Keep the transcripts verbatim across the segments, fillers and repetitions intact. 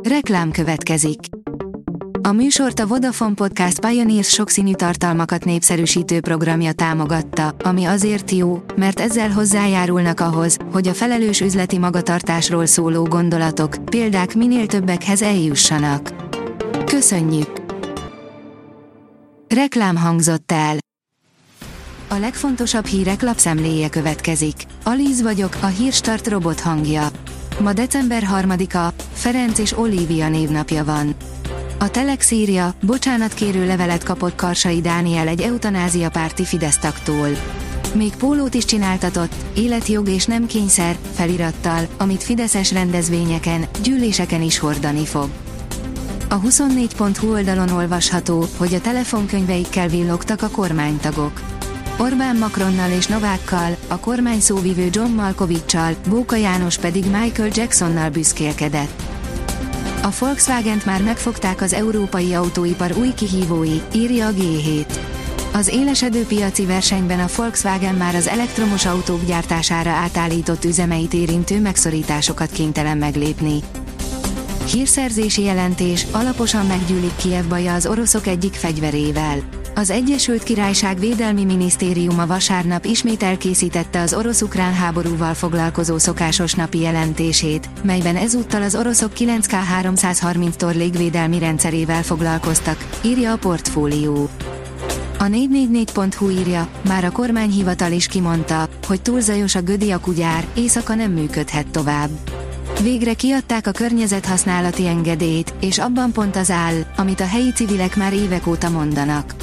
Reklám következik. A műsort a Vodafone Podcast Pioneers sokszínű tartalmakat népszerűsítő programja támogatta, ami azért jó, mert ezzel hozzájárulnak ahhoz, hogy a felelős üzleti magatartásról szóló gondolatok, példák minél többekhez eljussanak. Köszönjük! Reklám hangzott el. A legfontosabb hírek lapszemléje következik. Alíz vagyok, a Hírstart robot hangja. Ma december harmadika, Ferenc és Olivia névnapja van. A Telex írja, bocsánatkérő levelet kapott Karsai Dániel egy eutanázia párti Fidesz tagtól. Még pólót is csináltatott, életjog és nem kényszer, felirattal, amit fideszes rendezvényeken, gyűléseken is hordani fog. A huszonnégy pont hu oldalon olvasható, hogy a telefonkönyveikkel villogtak a kormánytagok. Orbán Macronnal és Novákkal, a kormány szóvivő John Malkovics-sal, Bóka János pedig Michael Jacksonnal büszkélkedett. A Volkswagent már megfogták az európai autóipar új kihívói, írja a gé hét. Az élesedő piaci versenyben a Volkswagen már az elektromos autók gyártására átállított üzemeit érintő megszorításokat kénytelen meglépni. Hírszerzési jelentés, alaposan meggyűlik Kijev baja az oroszok egyik fegyverével. Az Egyesült Királyság Védelmi Minisztériuma vasárnap ismét elkészítette az orosz-ukrán háborúval foglalkozó szokásos napi jelentését, melyben ezúttal az oroszok kilenc ká háromszázharminc tor légvédelmi rendszerével foglalkoztak, írja a Portfólió. A négy négy négy pont hu írja, már a kormányhivatal is kimondta, hogy túl zajos a Gödi akugyár, éjszaka nem működhet tovább. Végre kiadták a környezethasználati engedélyt, és abban pont az áll, amit a helyi civilek már évek óta mondanak.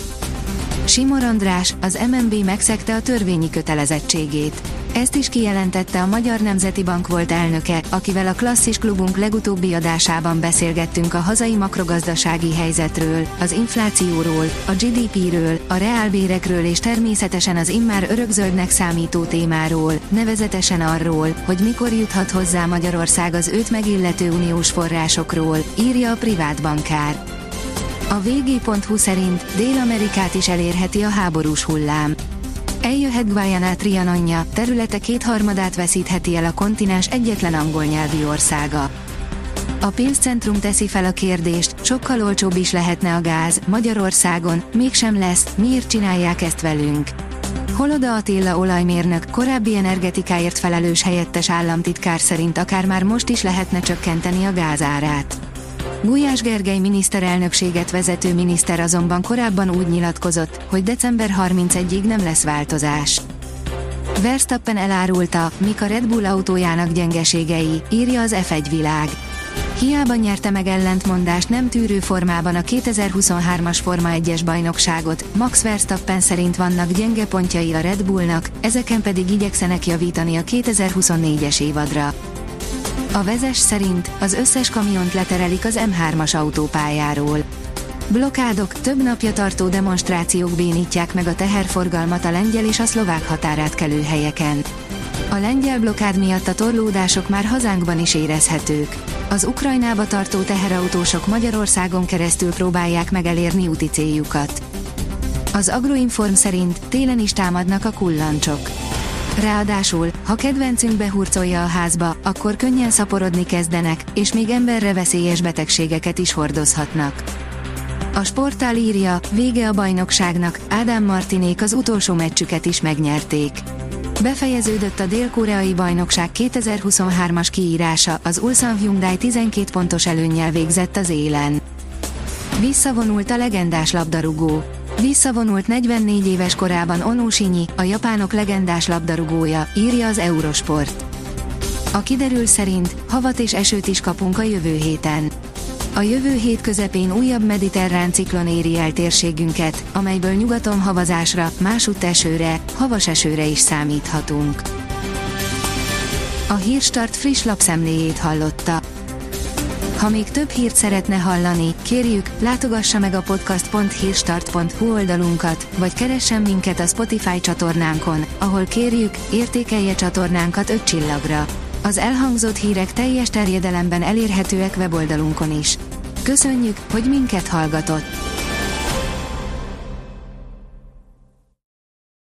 Simor András, az em en bé megszegte a törvényi kötelezettségét. Ezt is kijelentette a Magyar Nemzeti Bank volt elnöke, akivel a Klasszis Klubunk legutóbbi adásában beszélgettünk a hazai makrogazdasági helyzetről, az inflációról, a gé dé péről, a reálbérekről és természetesen az immár örökzöldnek számító témáról, nevezetesen arról, hogy mikor juthat hozzá Magyarország az őt megillető uniós forrásokról, írja a privát bankár. A vé gé pont hu szerint Dél-Amerikát is elérheti a háborús hullám. Eljöhet Guayana Trianonja, területe kétharmadát veszítheti el a kontinens egyetlen angol nyelvű országa. A pénzcentrum teszi fel a kérdést, sokkal olcsóbb is lehetne a gáz, Magyarországon, mégsem lesz, miért csinálják ezt velünk? Holoda Attila olajmérnök, korábbi energetikáért felelős helyettes államtitkár szerint akár már most is lehetne csökkenteni a gázárát. Gulyás Gergely miniszterelnökséget vezető miniszter azonban korábban úgy nyilatkozott, hogy december harmincegyedikéig nem lesz változás. Verstappen elárulta, mik a Red Bull autójának gyengeségei, írja az ef egy világ. Hiába nyerte meg ellentmondást nem tűrő formában a kétezer-huszonhármas Forma egyes bajnokságot, Max Verstappen szerint vannak gyenge pontjai a Red Bullnak, ezeken pedig igyekszenek javítani a kétezer-huszonnégyes évadra. A Vezes szerint az összes kamiont leterelik az em hármas autópályáról. Blokádok, több napja tartó demonstrációk bénítják meg a teherforgalmat a lengyel és a szlovák határátkelő helyeken. A lengyel blokád miatt a torlódások már hazánkban is érezhetők. Az Ukrajnába tartó teherautósok Magyarországon keresztül próbálják meg elérni úti céljukat. Az Agroinform szerint télen is támadnak a kullancsok. Ráadásul, ha kedvencünk behurcolja a házba, akkor könnyen szaporodni kezdenek, és még emberre veszélyes betegségeket is hordozhatnak. A Sportál írja, vége a bajnokságnak, Ádám Martinék az utolsó meccsüket is megnyerték. Befejeződött a dél-koreai bajnokság kétezer-huszonhármas kiírása, az Ulsan Hyundai tizenkét pontos előnnyel végzett az élen. Visszavonult a legendás labdarúgó. Visszavonult negyvennégy éves korában Ono Shinyi, a japánok legendás labdarúgója, írja az Eurosport. A kiderül szerint havat és esőt is kapunk a jövő héten. A jövő hét közepén újabb mediterrán ciklon éri el térségünket, amelyből nyugaton havazásra, másutt esőre, havas esőre is számíthatunk. A Hírstart friss lapszemléjét hallotta. Ha még több hírt szeretne hallani, kérjük, látogassa meg a podcast pont hírstart pont hu oldalunkat, vagy keressen minket a Spotify csatornánkon, ahol kérjük, értékelje csatornánkat öt csillagra. Az elhangzott hírek teljes terjedelemben elérhetőek weboldalunkon is. Köszönjük, hogy minket hallgatott!